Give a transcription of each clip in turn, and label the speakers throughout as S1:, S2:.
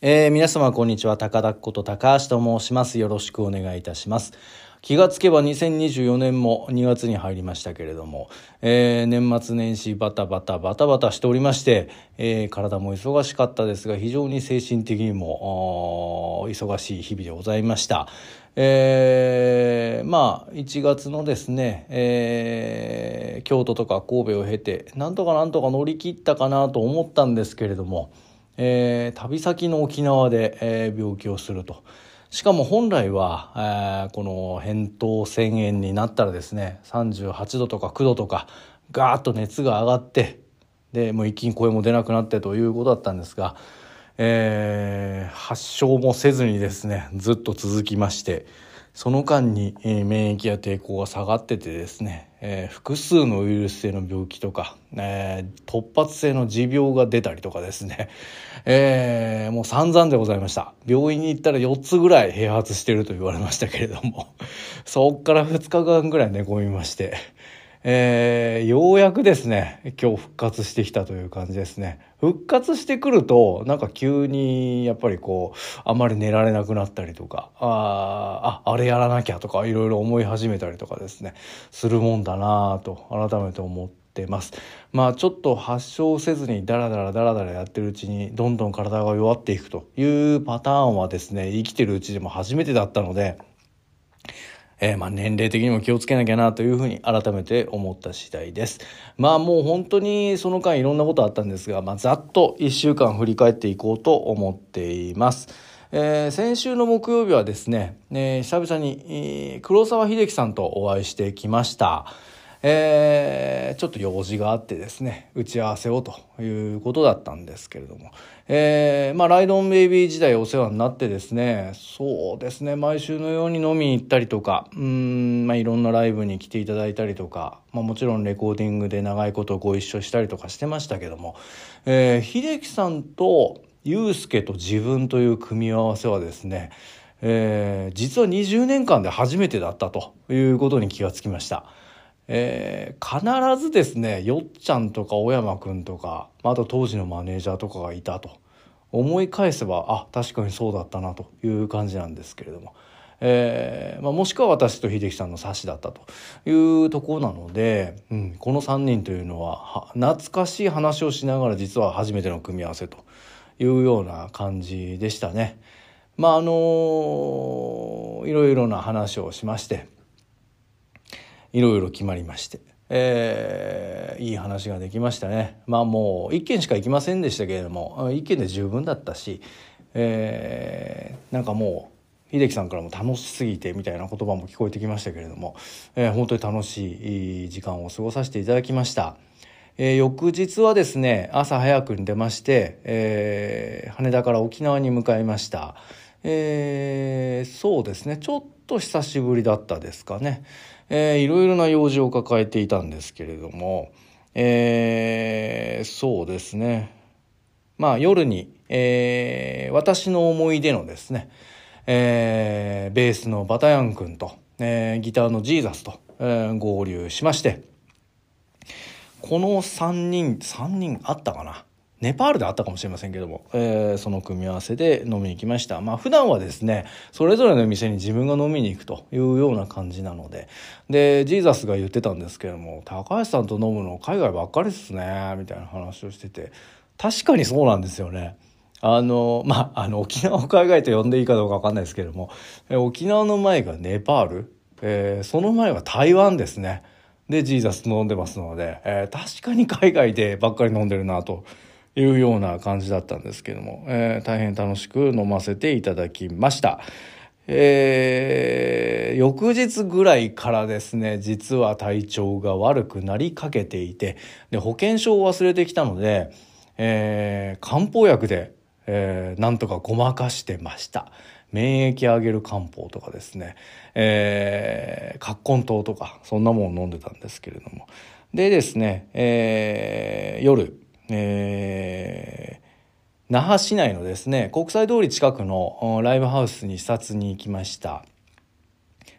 S1: 皆様こんにちは。高田こと高橋と申します。よろしくお願いいたします。気がつけば2024年も2月に入りましたけれども、年末年始バタバタしておりまして、体も忙しかったですが、非常に精神的にも忙しい日々でございました。1月のですね、京都とか神戸を経てなんとか乗り切ったかなと思ったんですけれども、旅先の沖縄で、病気をすると。しかも本来は、この扁桃腺炎になったらですね、38度とか9度とかガーッと熱が上がって、でもう一気に声も出なくなってということだったんですが、発症もせずにですねずっと続きまして、その間に、免疫や抵抗が下がっててですね、複数のウイルス性の病気とか、突発性の持病が出たりとかですね、もう散々でございました。病院に行ったら4つぐらい併発してると言われましたけれどもそっから2日間ぐらい寝込みまして、ようやくですね今日復活してきたという感じですね。復活してくるとなんか急にやっぱりあまり寝られなくなったりとか、あれやらなきゃとかいろいろ思い始めたりとかですねするもんだなと改めて思ってます。ちょっと発症せずにダラダラやってるうちにどんどん体が弱っていくというパターンはですね生きてるうちでも初めてだったので、年齢的にも気をつけなきゃなというふうに改めて思った次第です。もう本当にその間いろんなことあったんですが、ざっと1週間振り返っていこうと思っています。先週の木曜日はですね、久々に黒澤秀樹さんとお会いしてきました。ちょっと用事があってですね打ち合わせをということだったんですけれども、ライドオンベイビー時代お世話になってですね、そうですね毎週のように飲みに行ったりとか、いろんなライブに来ていただいたりとか、もちろんレコーディングで長いことご一緒したりとかしてましたけども、秀樹さんと祐介と自分という組み合わせはですね、実は20年間で初めてだったということに気がつきました。必ずですねよっちゃんとか小山くんとか、あと当時のマネージャーとかがいたと思い返せば確かにそうだったなという感じなんですけれども、もしくは私と秀樹さんの差しだったというところなので、この3人というのは懐かしい話をしながら実は初めての組み合わせというような感じでしたね。いろいろな話をしましていろいろ決まりまして、いい話ができましたね。もう1件しか行きませんでしたけれども1件で十分だったし、なんかもう秀樹さんからも楽しすぎてみたいな言葉も聞こえてきましたけれども、本当に楽しい時間を過ごさせていただきました。翌日はですね朝早くに出まして、羽田から沖縄に向かいました。そうですねちょっと久しぶりだったですかね。いろいろな用事を抱えていたんですけれども、そうですね夜に、私の思い出のですね、ベースのバタヤン君と、ギターのジーザスと、合流しまして、この3人あったかな、ネパールであったかもしれませんけども、その組み合わせで飲みに行きました。普段はですねそれぞれの店に自分が飲みに行くというような感じなので、ジーザスが言ってたんですけども、高橋さんと飲むの海外ばっかりですねみたいな話をしてて、確かにそうなんですよね。沖縄を海外と呼んでいいかどうか分かんないですけども、沖縄の前がネパール、その前は台湾ですね。でジーザス飲んでますので、確かに海外でばっかり飲んでるなというような感じだったんですけども、大変楽しく飲ませていただきました。翌日ぐらいからですね実は体調が悪くなりかけていて、保険証を忘れてきたので、漢方薬で、なんとかごまかしてました。免疫上げる漢方とかですね、葛根湯とかそんなものを飲んでたんですけれども、でですね、夜、那覇市内のですね国際通り近くのライブハウスに視察に行きました。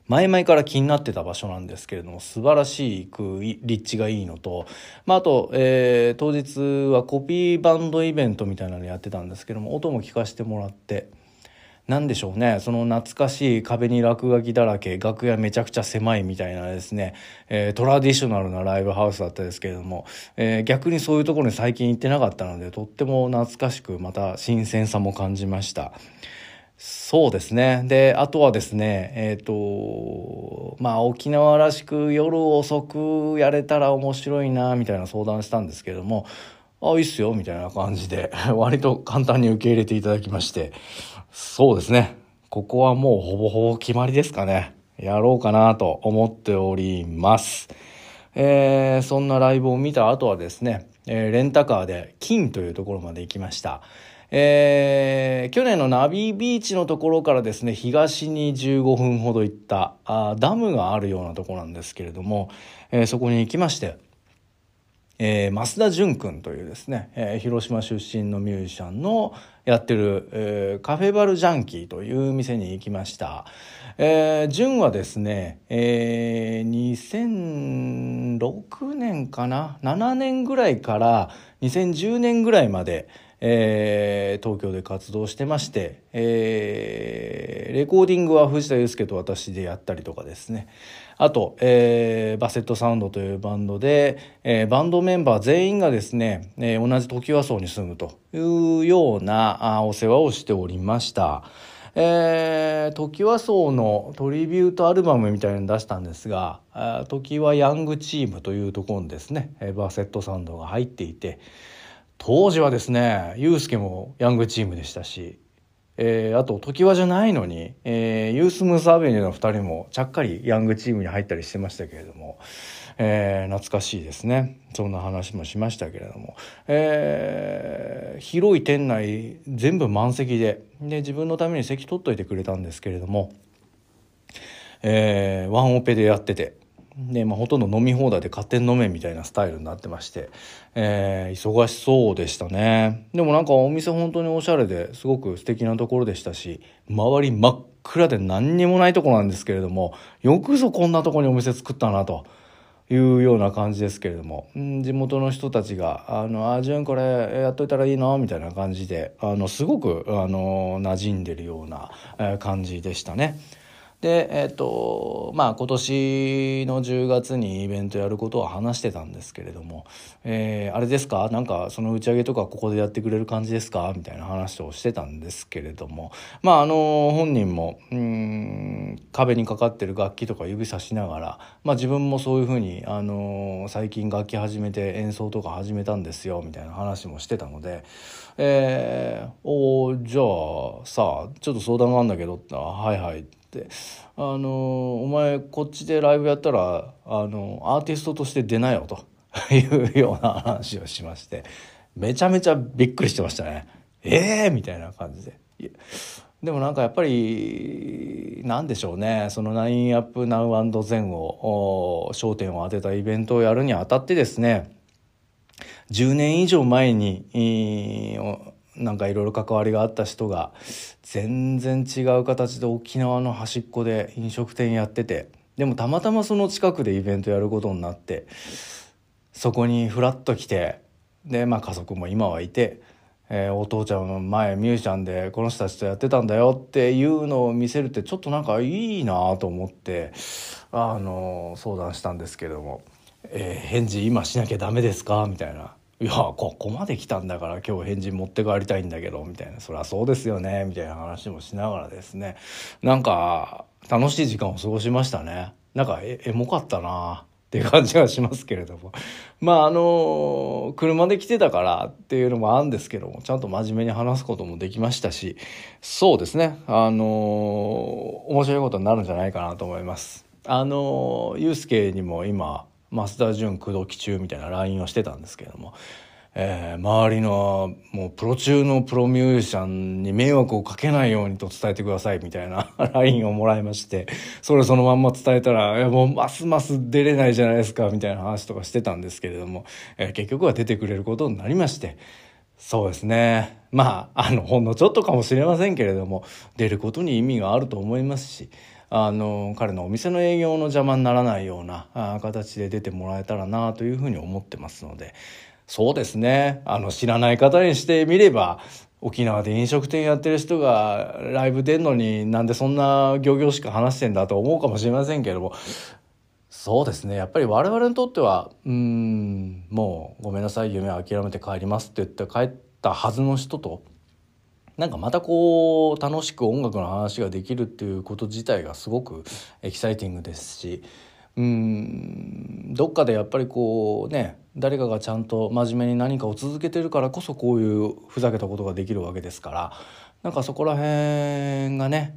S1: 前々から気になってた場所なんですけれども、素晴らしく立地がいいのと、あと、当日はコピーバンドイベントみたいなのやってたんですけども、音も聞かせてもらって、なんでしょうね、その懐かしい壁に落書きだらけ、楽屋めちゃくちゃ狭いみたいなですね、トラディショナルなライブハウスだったですけれども、逆にそういうところに最近行ってなかったので、とっても懐かしく、また新鮮さも感じました。そうですね。で、あとはですね、沖縄らしく夜遅くやれたら面白いな、みたいな相談したんですけども、いいっすよ、みたいな感じで、割と簡単に受け入れていただきまして、そうですね。ここはもうほぼほぼ決まりですかね。やろうかなと思っております。そんなライブを見た後はですね、レンタカーで金というところまで行きました。去年のナビビーチのところからですね、東に15分ほど行ったダムがあるようなところなんですけれども、そこに行きまして、増田淳君というですね、広島出身のミュージシャンのやってる、カフェバルジャンキーという店に行きました。淳はですね、2006年かな、7年ぐらいから2010年ぐらいまで、東京で活動してまして、レコーディングは藤田祐介と私でやったりとかですね、あと、バセットサウンドというバンドで、バンドメンバー全員がですね、同じトキワ荘に住むというようなお世話をしておりました。トキワ荘のトリビュートアルバムみたいなの出したんですが、トキワヤングチームというところにですね、バセットサウンドが入っていて、当時はですね、ユースケもヤングチームでしたし、あと常盤じゃないのに、ユースムースアベニューの2人もちゃっかりヤングチームに入ったりしてましたけれども、懐かしいですね。そんな話もしましたけれども、広い店内全部満席で自分のために席取っといてくれたんですけれども、ワンオペでやってて、で、ほとんど飲み放題で勝手に飲めみたいなスタイルになってまして、忙しそうでしたね。でもなんかお店本当におしゃれですごく素敵なところでしたし、周り真っ暗で何にもないところなんですけれども、よくぞこんなところにお店作ったなというような感じですけれども、地元の人たちが潤これやっといたらいいのみたいな感じで、すごく馴染んでるような感じでしたね。で、今年の10月にイベントやることは話してたんですけれども、あれですか、なんかその打ち上げとかここでやってくれる感じですかみたいな話をしてたんですけれども、本人も壁にかかってる楽器とか指さしながら、自分もそういうふうに最近楽器始めて演奏とか始めたんですよみたいな話もしてたので、じゃあさちょっと相談があるんだけどって、はいはいって、お前こっちでライブやったらアーティストとして出なよというような話をしまして、めちゃめちゃびっくりしてましたね。みたいな感じで。でもなんかやっぱりなんでしょうね、そのナインアップナウ&前後焦点を当てたイベントをやるにあたってですね、10年以上前になんかいろいろ関わりがあった人が全然違う形で沖縄の端っこで飲食店やってて、でもたまたまその近くでイベントやることになって、そこにフラッと来て、で家族も今はいて、お父ちゃんは前ミュージシャンでこの人たちとやってたんだよっていうのを見せるってちょっとなんかいいなと思って相談したんですけども、返事今しなきゃダメですかみたいな。いやここまで来たんだから今日返事持って帰りたいんだけどみたいな、そりゃそうですよねみたいな話もしながらですね、なんか楽しい時間を過ごしましたね。なんかエモかったなっていう感じがしますけれども、車で来てたからっていうのもあるんですけども、ちゃんと真面目に話すこともできましたし、そうですね、面白いことになるんじゃないかなと思います。ゆうすけにも今増田淳口説き中みたいな LINE をしてたんですけれども、周りのもうプロ中のプロミュージシャンに迷惑をかけないようにと伝えてくださいみたいな LINE をもらいまして、それそのまんま伝えたら、いやもうますます出れないじゃないですかみたいな話とかしてたんですけれども、結局は出てくれることになりまして、そうですね、ほんのちょっとかもしれませんけれども出ることに意味があると思いますし、 彼のお店の営業の邪魔にならないような形で出てもらえたらなというふうに思ってますので、そうですね、知らない方にしてみれば、沖縄で飲食店やってる人がライブ出んのになんでそんな仰々しく話してんだと思うかもしれませんけれども、そうですね、やっぱり我々にとってはもうごめんなさい、夢を諦めて帰りますって言って帰ったはずの人と、なんかまたこう楽しく音楽の話ができるっていうこと自体がすごくエキサイティングですし、どっかでやっぱりこうね、誰かがちゃんと真面目に何かを続けてるからこそこういうふざけたことができるわけですから、なんかそこら辺がね、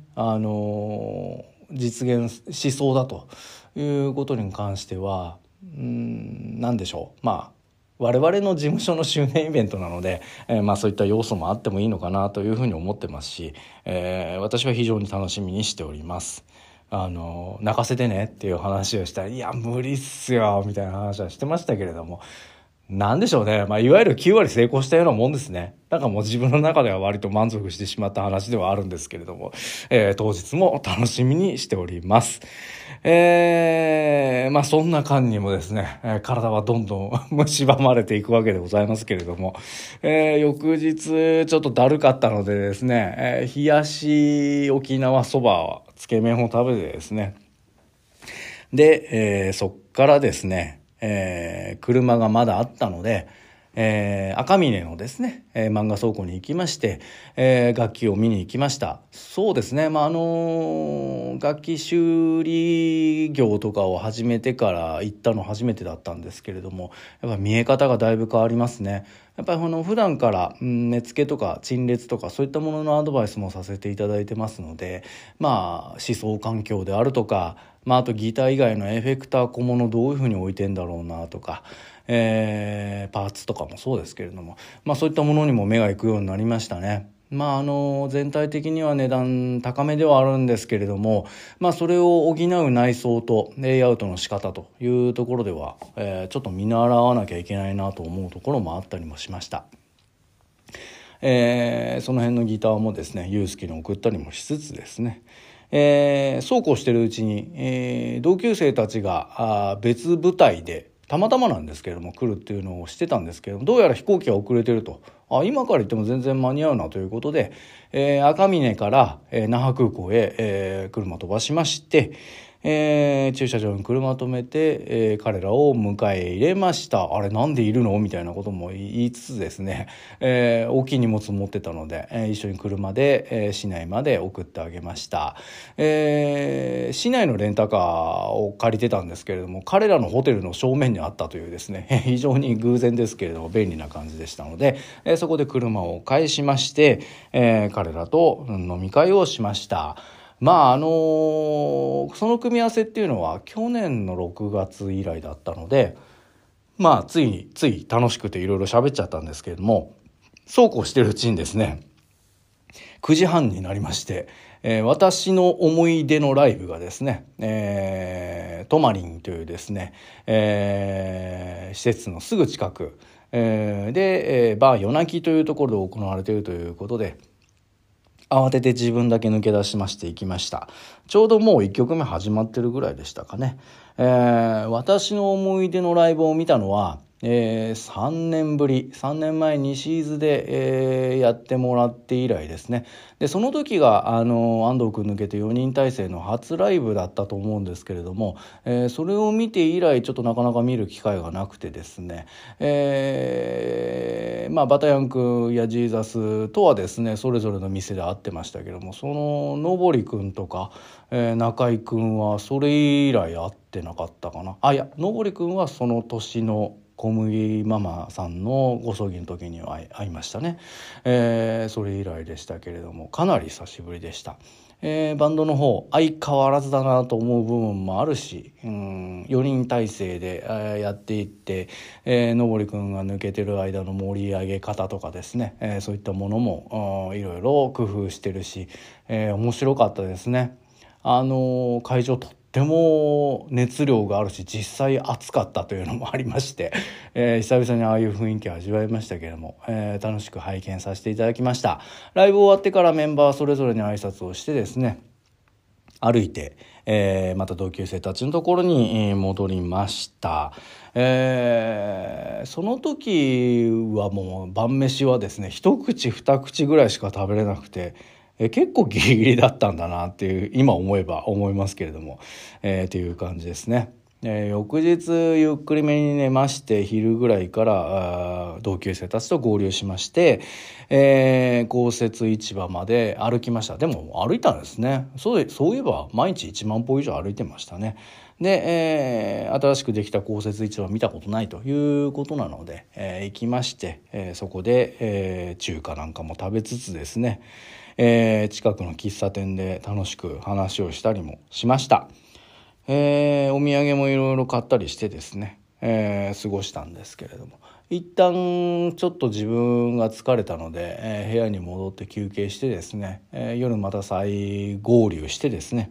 S1: 実現しそうだということに関しては、何でしょう、我々の事務所の周年イベントなので、そういった要素もあってもいいのかなというふうに思ってますし、私は非常に楽しみにしております。泣かせてねっていう話をしたら、いや無理っすよみたいな話はしてましたけれども、なんでしょうね、いわゆる9割成功したようなもんですね。なんかもう自分の中では割と満足してしまった話ではあるんですけれども、当日も楽しみにしております。そんな間にもですね、体はどんどん蝕まれていくわけでございますけれども、翌日ちょっとだるかったのでですね、冷やし沖縄そばつけ麺を食べてですね、で、そっからですね、車がまだあったので、赤峰のですね、漫画倉庫に行きまして、楽器を見に行きました。そうですね、楽器修理業とかを始めてから行ったの初めてだったんですけれども、やっぱ見え方がだいぶ変わりますね。やっぱり普段から根付けとか陳列とかそういったもののアドバイスもさせていただいてますので、思想環境であるとか、あとギター以外のエフェクター小物どういうふうに置いてんだろうなとか、パーツとかもそうですけれども、そういったものにも目が行くようになりましたね。全体的には値段高めではあるんですけれども、それを補う内装とレイアウトの仕方というところでは、ちょっと見習わなきゃいけないなと思うところもあったりもしました。その辺のギターもですね、ユースケに送ったりもしつつですね、そうこうしてるうちに、同級生たちが別部隊でたまたまなんですけれども来るっていうのをしてたんですけれども、どうやら飛行機が遅れてると、今から行っても全然間に合うなということで、赤峰から、那覇空港へ、車飛ばしまして、駐車場に車止めて、彼らを迎え入れました。あれなんでいるのみたいなことも言いつつですね、大きい荷物持ってたので、一緒に車で、市内まで送ってあげました。市内のレンタカーを借りてたんですけれども、彼らのホテルの正面にあったというですね、非常に偶然ですけれども便利な感じでしたので、そこで車を返しまして、彼らと飲み会をしました。その組み合わせっていうのは去年の6月以来だったので、つい楽しくていろいろ喋っちゃったんですけれども、そうこうしてるうちにですね、9時半になりまして、私の思い出のライブがですね、トマリンというですね、施設のすぐ近く、で、バー夜泣きというところで行われているということで、慌てて自分だけ抜け出しまして行きました。ちょうどもう1曲目始まってるぐらいでしたかね。私の思い出のライブを見たのは、3年ぶり、3年前にシーズで、やってもらって以来ですね。でその時が安藤くん抜けて4人体制の初ライブだったと思うんですけれども、それを見て以来ちょっとなかなか見る機会がなくてですね、バタヤンくんやジーザスとはですねそれぞれの店で会ってましたけども、そののぼりくんとか、中井くんはそれ以来会ってなかったかな。のぼりくんはその年の小麦ママさんのご葬儀の時には会いましたね。それ以来でしたけれどもかなり久しぶりでした。バンドの方相変わらずだなと思う部分もあるし、4人体制で、やっていって、のぼりくんが抜けてる間の盛り上げ方とかですね、そういったものもいろいろ工夫してるし、面白かったですね。会場とっても熱量があるし実際暑かったというのもありまして、久々にああいう雰囲気を味わいましたけれども、楽しく拝見させていただきました。ライブ終わってからメンバーそれぞれに挨拶をしてですね、 歩いて、また同級生たちのところに戻りました。その時はもう晩飯はですね、一口二口ぐらいしか食べれなくて、結構ギリギリだったんだなっていう今思えば思いますけれども、っていう感じですね。翌日ゆっくりめに寝まして、昼ぐらいから同級生たちと合流しまして、公設市場まで歩きました。でも歩いたんですね。そういえば毎日1万歩以上歩いてましたね。で、新しくできた公設市場見たことないということなので、行きまして、そこで、中華なんかも食べつつですね、近くの喫茶店で楽しく話をしたりもしました。お土産もいろいろ買ったりしてですね、過ごしたんですけれども、一旦ちょっと自分が疲れたので、部屋に戻って休憩してですね、夜また再合流してですね、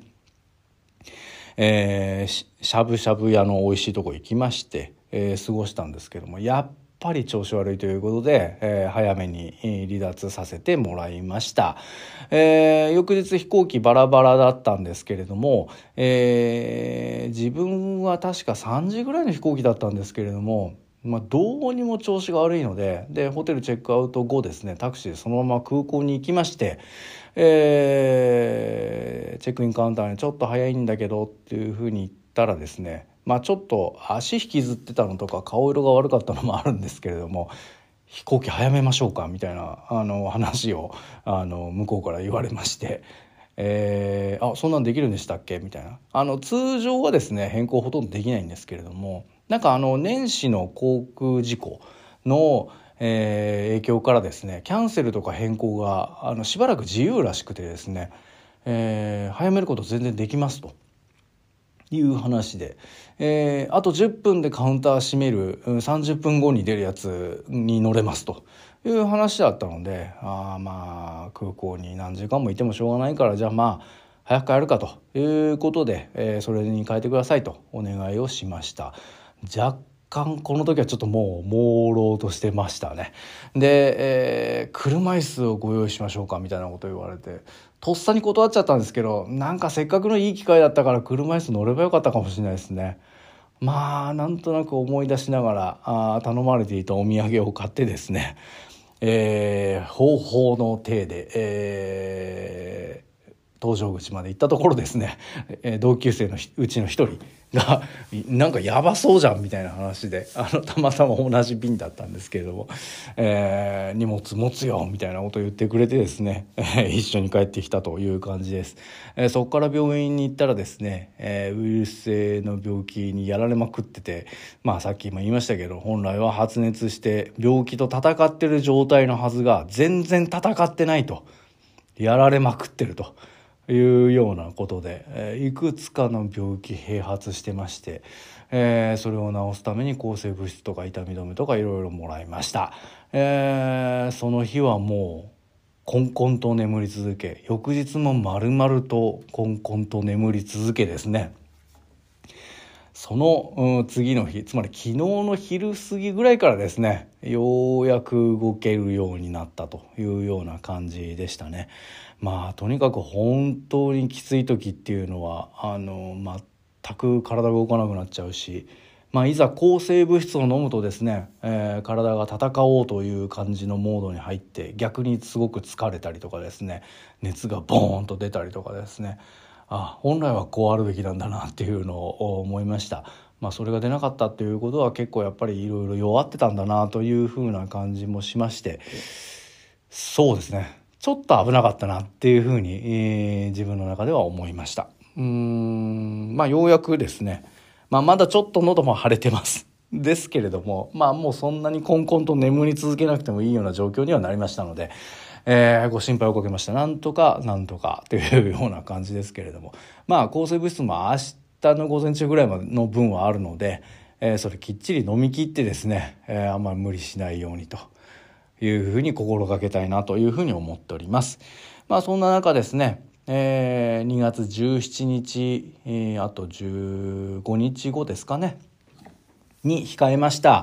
S1: しゃぶしゃぶ屋の美味しいとこ行きまして、過ごしたんですけども、やっぱり調子悪いということで、早めに離脱させてもらいました。翌日飛行機バラバラだったんですけれども、自分は確か3時ぐらいの飛行機だったんですけれども、どうにも調子が悪いので、ホテルチェックアウト後ですね、タクシーでそのまま空港に行きまして、チェックインカウンターにちょっと早いんだけどっていうふうに言ったらですね、ちょっと足引きずってたのとか顔色が悪かったのもあるんですけれども、飛行機早めましょうかみたいな話を向こうから言われまして、そんなんできるんでしたっけみたいな。通常はですね変更ほとんどできないんですけれども、なんか年始の航空事故の、影響からですね、キャンセルとか変更がしばらく自由らしくてですね、早めること全然できますという話で、あと10分でカウンター閉める30分後に出るやつに乗れますという話だったので、空港に何時間もいてもしょうがないから、じゃあ早く帰るかということで、それに変えてくださいとお願いをしました。若干この時はちょっともう朦朧としてましたね。で、車椅子をご用意しましょうかみたいなことを言われて、とっさに断っちゃったんですけど、なんかせっかくのいい機会だったから車椅子乗ればよかったかもしれないですね。なんとなく思い出しながら頼まれていたお土産を買ってですね、方法の体で、搭乗口まで行ったところですね、同級生のうちの一人がなんかやばそうじゃんみたいな話で、たまたま同じ便だったんですけれども、荷物持つよみたいなことを言ってくれてですね、一緒に帰ってきたという感じです。そこから病院に行ったらですね、ウイルス性の病気にやられまくってて、さっきも言いましたけど、本来は発熱して病気と戦ってる状態のはずが全然戦ってないと、やられまくってるというようなことで、いくつかの病気併発してまして、それを治すために抗生物質とか痛み止めとかいろいろもらいました。その日はもうこんこんと眠り続け、翌日も丸々とこんこんと眠り続けですね、その次の日、つまり昨日の昼過ぎぐらいからですね、ようやく動けるようになったというような感じでしたね。とにかく本当にきつい時っていうのは全く体が動かなくなっちゃうし、いざ抗生物質を飲むとですね、体が戦おうという感じのモードに入って逆にすごく疲れたりとかですね、熱がボーンと出たりとかですね、本来はこうあるべきなんだなっていうのを思いました。それが出なかったっていうことは結構やっぱりいろいろ弱ってたんだなというふうな感じもしまして、そうですね、ちょっと危なかったなっていうふうに、自分の中では思いました。ようやくですね、まだちょっと喉も腫れてますですけれども、もうそんなにこんこんと眠り続けなくてもいいような状況にはなりましたので、ご心配をかけました。なんとかというような感じですけれども、抗生物質も明日の午前中ぐらいまでの分はあるので、それきっちり飲み切ってですね、あんまり無理しないようにというふうに心がけたいなというふうに思っております。そんな中ですね、2月17日、あと15日後ですかねに控えました、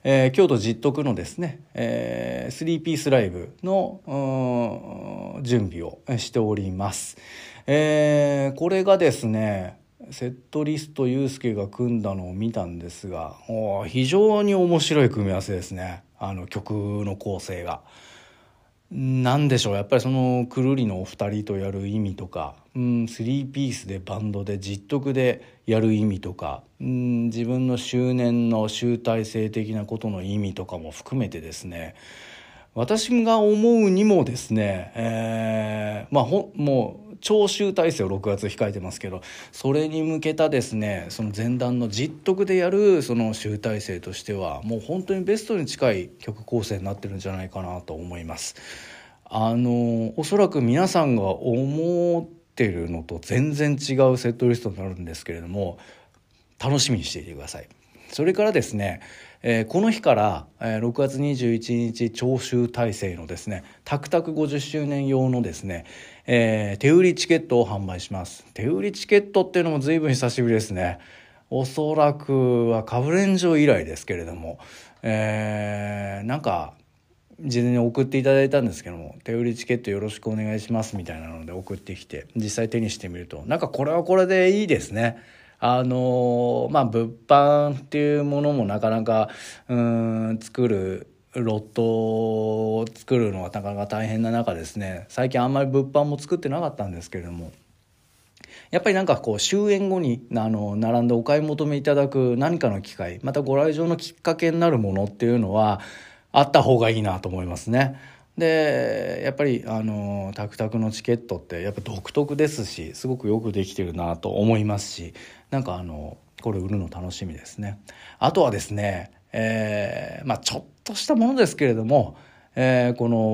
S1: 京都実徳のですね、3ピースライブの準備をしております。これがですね、セットリストユースケが組んだのを見たんですが、非常に面白い組み合わせですね。曲の構成が。なんでしょう、やっぱりそのくるりのお二人とやる意味とか、3ピースでバンドで実徳でやる意味とか、自分の周年の集大成的なことの意味とかも含めてですね、私が思うにもですね、もう超集大成を6月控えてますけど、それに向けたですね、その前段の実徳でやるその集大成としてはもう本当にベストに近い曲構成になってるんじゃないかなと思います。おそらく皆さんが思ってるのと全然違うセットリストになるんですけれども、楽しみにしていてください。それからですね、この日から、6月21日聴衆体制のですね、タクタク50周年用のですね、手売りチケットを販売します。手売りチケットっていうのも随分久しぶりですね。おそらくはカブレンジョ以来ですけれども、なんか事前に送っていただいたんですけども、手売りチケットよろしくお願いしますみたいなので送ってきて、実際手にしてみるとなんかこれはこれでいいですね。物販っていうものもなかなか作るロットを作るのがなかなか大変な中ですね、最近あんまり物販も作ってなかったんですけれども、やっぱりなんかこう終演後に並んでお買い求めいただく何かの機会、またご来場のきっかけになるものっていうのはあった方がいいなと思いますね。でやっぱりタクタクのチケットってやっぱ独特ですし、すごくよくできてるなと思いますし、なんかこれ売るの楽しみですね。あとはですね、ちょっとしたものですけれども、この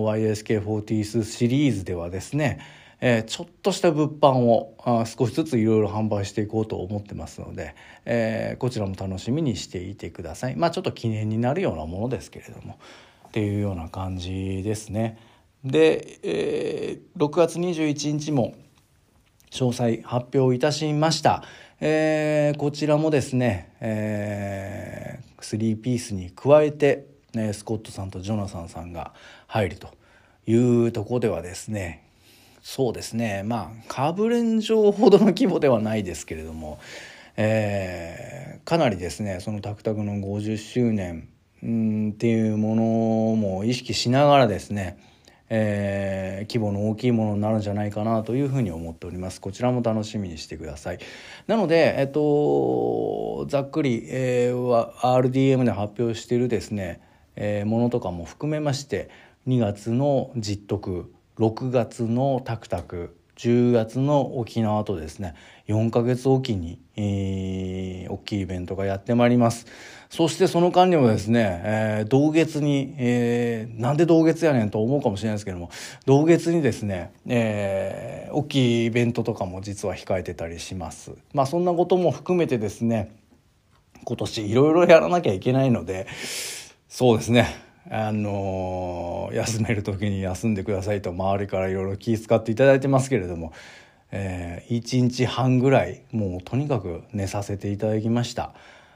S1: YSK40 シリーズではですね、ちょっとした物販を少しずついろいろ販売していこうと思ってますので、こちらも楽しみにしていてください。ちょっと記念になるようなものですけれどもっていうような感じですね。で、6月21日も詳細発表いたしました。こちらもですね、3ピースに加えて、スコットさんとジョナサンさんが入るというところではですね、そうですね、カブレンジョほどの規模ではないですけれども、かなりですね、そのタクタクの50周年っていうものも意識しながらですね、規模の大きいものになるんじゃないかなというふうに思っております。こちらも楽しみにしてください。なので、ざっくり、RDM で発表しているですね、ものとかも含めまして、2月の実徳、6月のタクタク、10月の沖縄とですね、4ヶ月おきに、大きいイベントがやってまいります。そしてその間にもですね、同月に、なんで同月やねんと思うかもしれないですけども、同月にですね、大きいイベントとかも実は控えてたりします。そんなことも含めてですね、今年いろいろやらなきゃいけないので、そうですね、休める時に休んでくださいと周りからいろいろ気遣っていただいてますけれども、1日半ぐらいもうとにかく寝させていただきました。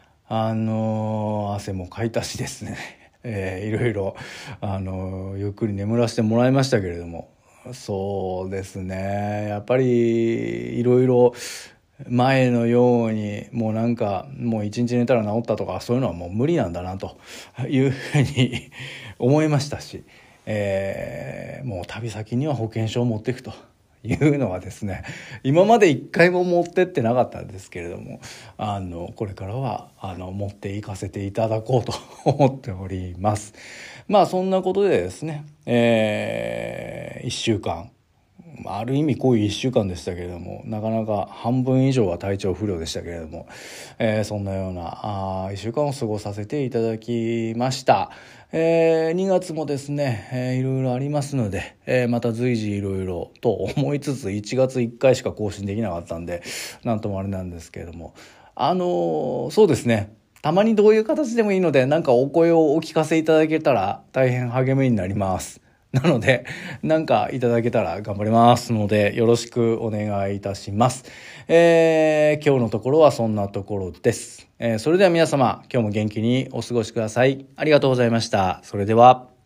S1: 汗もかいたしですね、いろいろゆっくり眠らせてもらいましたけれども、そうですね、やっぱりいろいろ前のようにもう一日寝たら治ったとかそういうのはもう無理なんだなというふうに思いましたし、もう旅先には保険証を持っていくというのはですね、今まで一回も持ってってなかったんですけれども、これからは持っていかせていただこうと思っております。そんなことでですね、1週間ある意味濃い1週間でしたけれども、なかなか半分以上は体調不良でしたけれども、そんなような1週間を過ごさせていただきました。2月もですね、いろいろありますので、また随時いろいろと思いつつ1月1回しか更新できなかったんでなんともあれなんですけれども、そうですね、たまにどういう形でもいいのでなんかお声をお聞かせいただけたら大変励みになります。 なので、なんかいただけたら頑張りますので、よろしくお願いいたします。今日のところはそんなところです。それでは皆様、今日も元気にお過ごしください。ありがとうございました。それでは。